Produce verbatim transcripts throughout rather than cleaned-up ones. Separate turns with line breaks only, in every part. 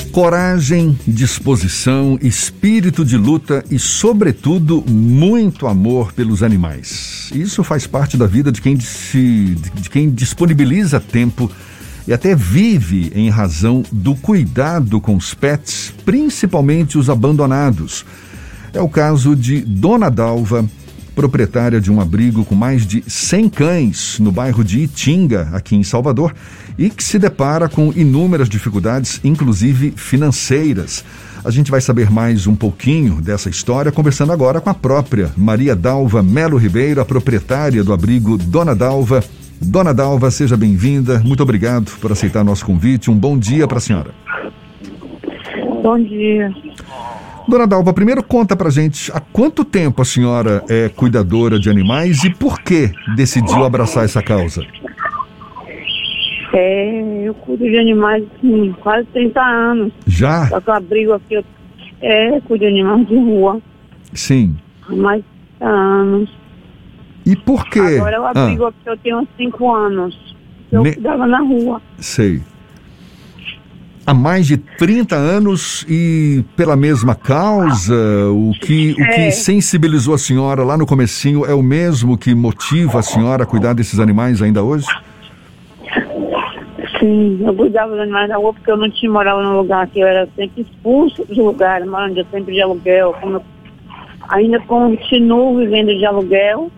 Coragem, disposição, espírito de luta e, sobretudo, muito amor pelos animais. Isso faz parte da vida de quem, se, de quem disponibiliza tempo e até vive em razão do cuidado com os pets, principalmente os abandonados. É o caso de Dona Dalva, proprietária de um abrigo com mais de cem cães no bairro de Itinga, aqui em Salvador, e que se depara com inúmeras dificuldades, inclusive financeiras. A gente vai saber mais um pouquinho dessa história conversando agora com a própria Maria Dalva Melo Ribeiro, a proprietária do abrigo Dona Dalva. Dona Dalva, seja bem-vinda. Muito obrigado por aceitar nosso convite. Um bom dia para a senhora.
Bom dia.
Dona Dalva, primeiro conta pra gente há quanto tempo a senhora é cuidadora de animais e por que decidiu abraçar essa causa?
É, eu cuido de animais há quase trinta anos.
Já?
Só que eu abrigo aqui, eu é, cuido de animais de rua.
Sim.
Há mais de trinta anos.
E por quê?
Agora eu abrigo
ah.
aqui, eu tenho cinco anos. Eu
Ne...
cuidava na rua.
Sei. Há mais de trinta anos e pela mesma causa, o que, o que
É.
sensibilizou a senhora lá no comecinho é o mesmo que motiva a senhora a cuidar desses animais ainda hoje?
Sim, eu cuidava dos animais na rua porque eu não tinha morava num lugar que eu era sempre expulso dos lugares, morando eu sempre de aluguel. Como eu ainda continuo vivendo de aluguel.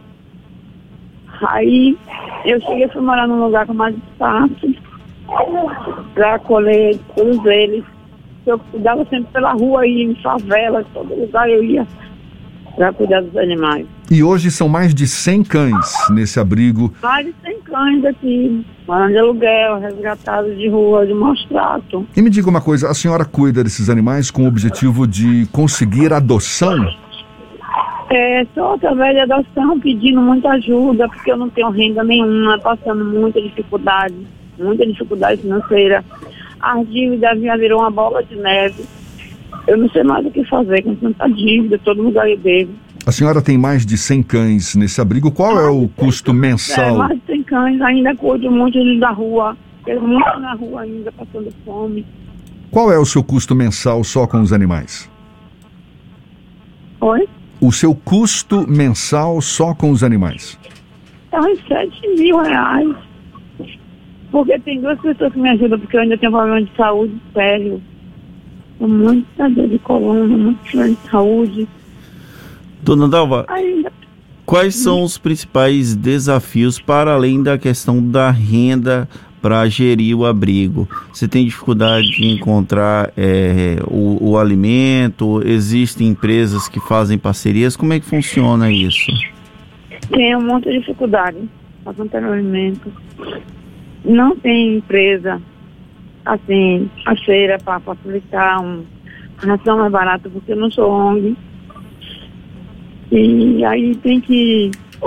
Aí eu cheguei a fui morar num lugar com mais espaço para acolher todos eles. Eu cuidava sempre pela rua, ia em favela, todo lugar eu ia para cuidar dos animais.
E hoje são mais de cem cães nesse abrigo.
Mais de cem cães aqui, morando de aluguel, resgatados de rua, de maus tratos.
E me diga uma coisa, a senhora cuida desses animais com o objetivo de conseguir adoção?
É, só através de adoção, pedindo muita ajuda, porque eu não tenho renda nenhuma, passando muita dificuldade, muita dificuldade financeira. A dívida já virou uma bola de neve. Eu não sei mais o que fazer com tanta dívida, todo lugar eu devo.
A senhora tem mais de cem cães nesse abrigo. Qual é o custo mensal?
É, mais de cem cães, ainda cuido muito eles da rua, eles muito na rua ainda, passando fome.
Qual é o seu custo mensal só com os animais?
Oi?
O seu custo mensal só com os animais?
É uns sete mil reais. Porque tem duas pessoas que me ajudam, porque eu ainda tenho problema de saúde sério. Com muita dor de coluna, muito problema de saúde.
Dona Dalva,
Ainda.
quais são os principais desafios para além da questão da renda para gerir o abrigo? Você tem dificuldade de encontrar é, o, o alimento? Existem empresas que fazem parcerias? Como é que funciona isso?
Tenho muita dificuldade para comprar alimento. Não tem empresa, assim, parceira para facilitar um, uma ração mais barata, porque eu não sou O N G. E aí tem que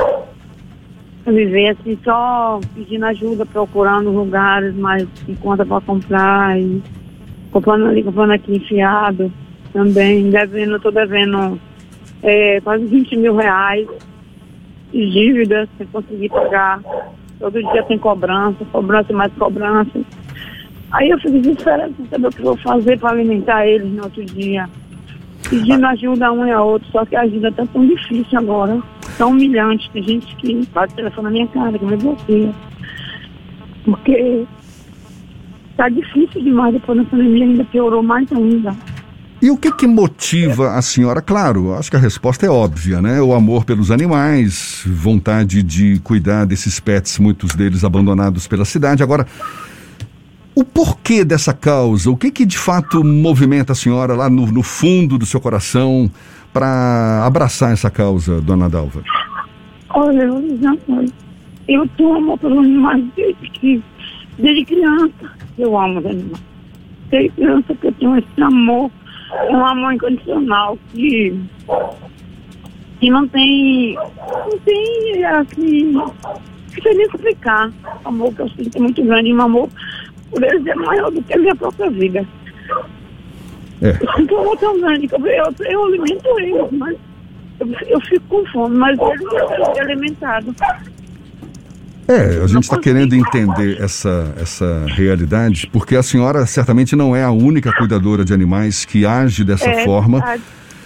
viver assim, só pedindo ajuda, procurando lugares mais em conta para comprar, e comprando ali, comprando aqui enfiado também, devendo, estou devendo é, quase vinte mil reais de dívidas, sem conseguir pagar. Todo dia tem cobrança, cobrança mais cobrança. Aí eu fico desesperada sem saber o que eu vou fazer para alimentar eles no outro dia. Pedindo ajuda a um e a outro, só que a ajuda está tão difícil agora, tão humilhante. Tem gente que bate o telefone na minha cara, que me bloqueia. Porque está difícil demais, depois da pandemia ainda piorou mais ainda.
E o que que motiva a senhora? Claro, acho que a resposta é óbvia, né? O amor pelos animais, vontade de cuidar desses pets, muitos deles abandonados pela cidade. Agora, o porquê dessa causa? O que que de fato movimenta a senhora lá no, no fundo do seu coração para abraçar essa causa, Dona Dalva?
Olha, eu já foi. Eu tenho amor pelos animais desde que, desde criança. Eu amo os animais. Desde criança que eu tenho esse amor, um amor incondicional que, que não tem, não tem, assim, não sei nem explicar. O amor que eu sinto é muito grande, um amor por eles é maior do que a minha própria vida.
É.
Eu sinto um amor tão grande que eu, eu, eu alimento eles, mas eu, eu fico com fome, mas eles não querem ser alimentados.
É, a gente está querendo entender essa, essa realidade, porque a senhora certamente não é a única cuidadora de animais que age dessa
É,
forma.
verdade.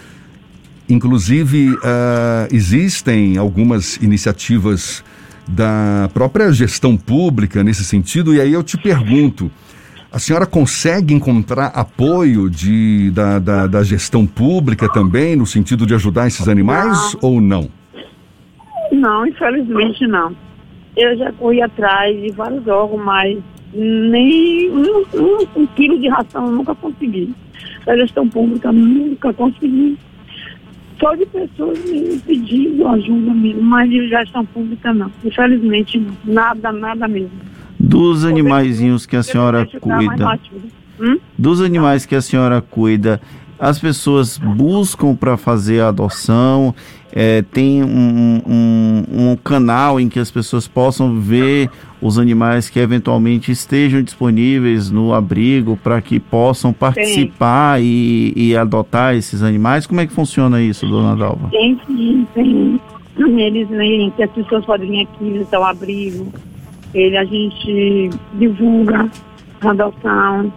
Inclusive, ah, existem algumas iniciativas da própria gestão pública nesse sentido, e aí eu te pergunto, a senhora consegue encontrar apoio de, da, da, da gestão pública também, no sentido de ajudar esses animais,
Não.
ou não?
Não, infelizmente não. Eu já corri atrás de vários órgãos, mas nem um, um, um quilo de ração eu nunca consegui. Da gestão pública nunca consegui. Só de pessoas me pedindo ajuda mesmo, mas de gestão pública não. Infelizmente não. Nada, nada mesmo.
Dos animaizinhos que a senhora cuida,
hum?
dos animais que a senhora cuida, as pessoas buscam para fazer a adoção, é, tem um, um, um canal em que as pessoas possam ver os animais que eventualmente estejam disponíveis no abrigo para que possam participar e, e adotar esses animais? Como é que funciona isso, dona Dalva?
Tem sim, tem. Eles vêm, que as pessoas podem vir aqui visitar o abrigo. Ele, a gente divulga a adoção,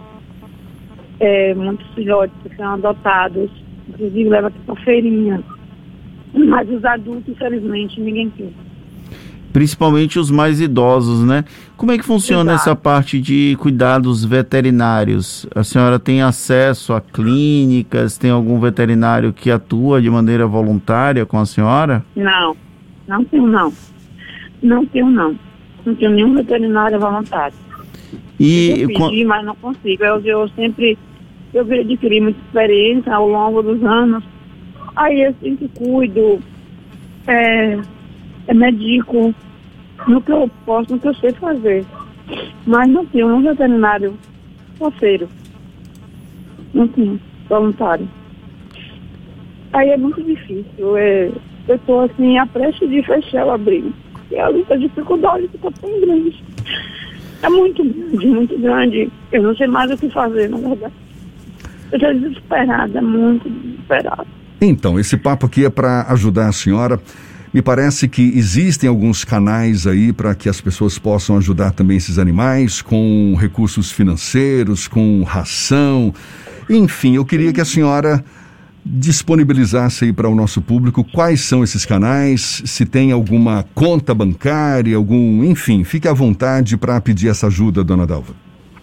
é, muitos filhotes que são adotados, inclusive leva aqui para feirinha. Mas os adultos, infelizmente, ninguém quer.
Principalmente os mais idosos, né? Como é que funciona
Exato.
essa parte de cuidados veterinários? A senhora tem acesso a clínicas? Tem algum veterinário que atua de maneira voluntária com a senhora?
Não, não tenho não. Não tenho não. Não tenho nenhum veterinário voluntário.
E
Eu pedi, mas não consigo. Eu, eu sempre, eu adquiri muita experiência ao longo dos anos. Aí eu sempre cuido, é, é medico, no que eu posso, no que eu sei fazer. Mas não tenho um veterinário parceiro. Não tenho, voluntário. Aí é muito difícil. É, eu estou assim, a prestes de fechar o abrigo. E a luta, a dificuldade fica tão grande. É muito grande, muito grande. Eu não sei mais o que fazer, na verdade. Eu estou desesperada, muito desesperada.
Então, esse papo aqui é para ajudar a senhora. Me parece que existem alguns canais aí para que as pessoas possam ajudar também esses animais, com recursos financeiros, com ração. Enfim, eu queria que a senhora disponibilizasse aí para o nosso público quais são esses canais, se tem alguma conta bancária, algum... Enfim, fique à vontade para pedir essa ajuda, dona Dalva.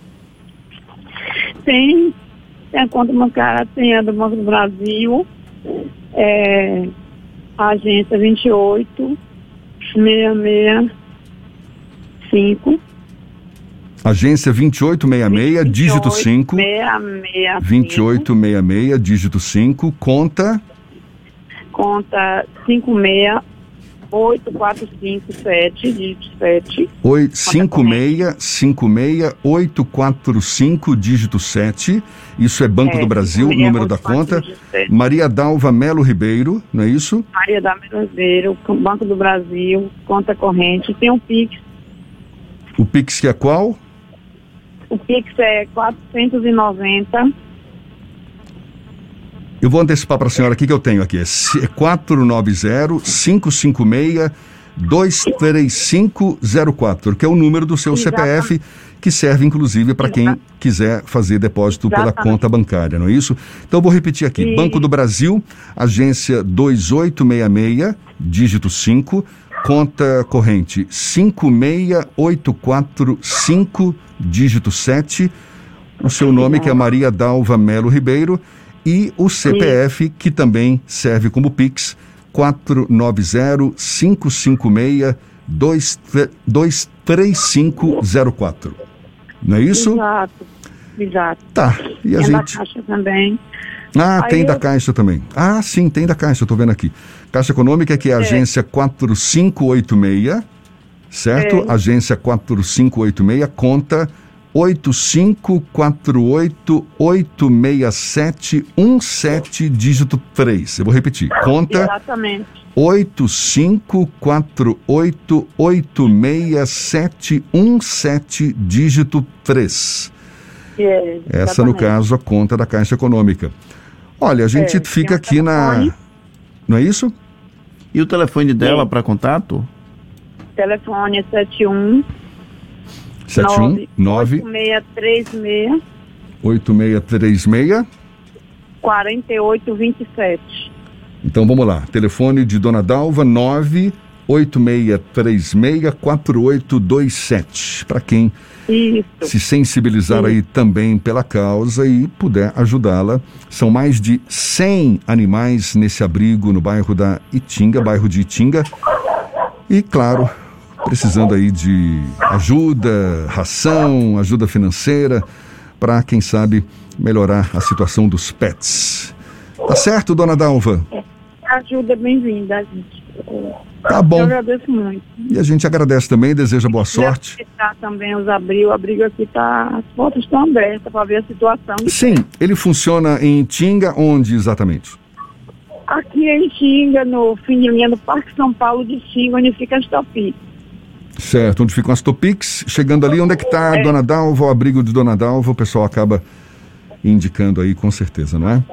Tem, tem a conta bancária, tem a do Banco do Brasil, é, a agência vinte e oito, seis seis cinco.
Agência vinte e oito sessenta e seis, dígito cinco. vinte e oito sessenta e seis, dígito cinco, conta?
Conta cinco seis oito quatro cinco sete, dígito sete.
cinco seis cinco seis oito quatro cinco, dígito sete. Isso é Banco
É,
do Brasil,
cinco seis
número
oito
da
quatro
conta.
dígito sete.
Maria Dalva Melo Ribeiro, não é isso?
Maria da Brasileiro, Banco do Brasil, conta corrente. Tem um Pix.
O Pix que é qual?
O Pix é quatrocentos e noventa.
Eu vou antecipar para a senhora aqui que eu tenho aqui. É quatro nove zero, cinco cinco seis, dois três cinco zero quatro, que é o número do seu
Exatamente.
C P F, que serve inclusive para quem
Exato.
quiser fazer depósito pela
Exatamente.
conta bancária, não é isso? Então eu vou repetir aqui.
Sim.
Banco do Brasil, agência dois oito seis seis, dígito cinco, conta corrente cinco seis oito quatro cinco, dígito sete, o seu nome que é Maria Dalva Melo Ribeiro, e o C P F, Sim. que também serve como Pix, quatro nove zero, cinco cinco seis, dois três cinco zero quatro. Não é isso?
Exato, exato.
Tá, e a
tem
gente...
da Caixa também.
Ah,
Aí
tem
eu...
da Caixa também. Ah, sim, tem da Caixa, eu tô vendo aqui. Caixa Econômica, que é a
É.
agência quatro cinco oito seis, certo?
É.
Agência quatro cinco oito seis, conta oito cinco quatro oito oito seis sete um sete, dígito três. Eu vou repetir. Conta
Exatamente.
oito cinco quatro oito oito seis sete um sete, dígito três.
É,
Essa, no caso, a conta da Caixa Econômica. Olha, a gente
É,
fica
tem um
aqui na...
telefone.
Não é isso?
E o telefone dela
Sim.
para contato?
telefone é sete um
sete um nove
oito seis três seis
oito seis três seis
quatro oito dois sete.
Então vamos lá, telefone de Dona Dalva nove oito seis três seis quatro oito dois sete, para quem
Isso.
se sensibilizar
Isso.
aí também pela causa e puder ajudá-la. São mais de cem animais nesse abrigo no bairro da Itinga, bairro de Itinga. E claro, precisando aí de ajuda, ração, ajuda financeira, para quem sabe melhorar a situação dos pets. Tá certo, Dona Dalva?
Ajuda bem-vinda, gente.
Tá bom.
Eu agradeço muito.
E a gente agradece também, deseja boa sorte.
Visitar também os abrigos. O abrigo aqui tá, as portas estão abertas para ver a situação.
Sim, ele funciona em Itinga, onde exatamente?
Aqui em Itinga, no fim de linha do Parque São Paulo de Itinga, onde fica as Topi.
Certo, onde ficam as Topics. Chegando ali, onde é que está
É.
Dona Dalva, o abrigo de Dona Dalva, o pessoal acaba indicando aí com certeza, não é?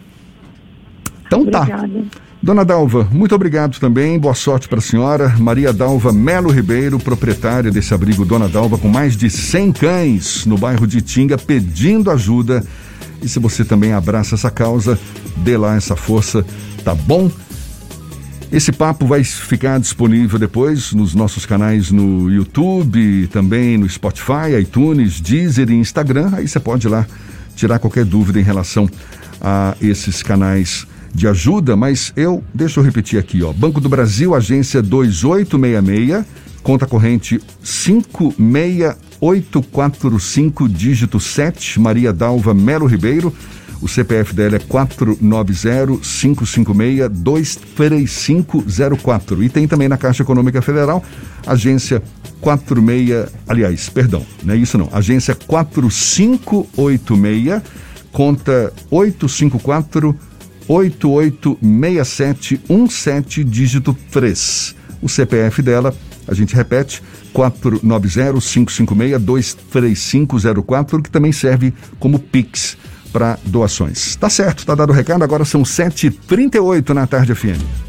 Então tá.
Obrigada.
Dona Dalva, muito obrigado também, boa sorte para a senhora. Maria Dalva Melo Ribeiro, proprietária desse abrigo Dona Dalva, com mais de cem cães no bairro de Itinga, pedindo ajuda. E se você também abraça essa causa, dê lá essa força, tá bom? Esse papo vai ficar disponível depois nos nossos canais no YouTube, também no Spotify, iTunes, Deezer e Instagram. Aí você pode ir lá tirar qualquer dúvida em relação a esses canais de ajuda, mas eu, deixa eu repetir aqui, ó, Banco do Brasil, agência dois oito seis seis, conta corrente cinco seis oito quatro cinco, dígito sete, Maria Dalva Melo Ribeiro, o C P F dela é quatro nove zero cinco cinco seis dois três cinco zero quatro, e tem também na Caixa Econômica Federal, agência quatro seis, aliás, perdão, não é isso não, agência quatro cinco oito seis, conta oito cinco quatro oito oito seis sete um sete, dígito três. O C P F dela, a gente repete, quatro nove zero cinco cinco seis dois três cinco zero quatro, que também serve como Pix para doações. Tá certo, tá dado o recado, agora são sete e trinta e oito na Tarde F M.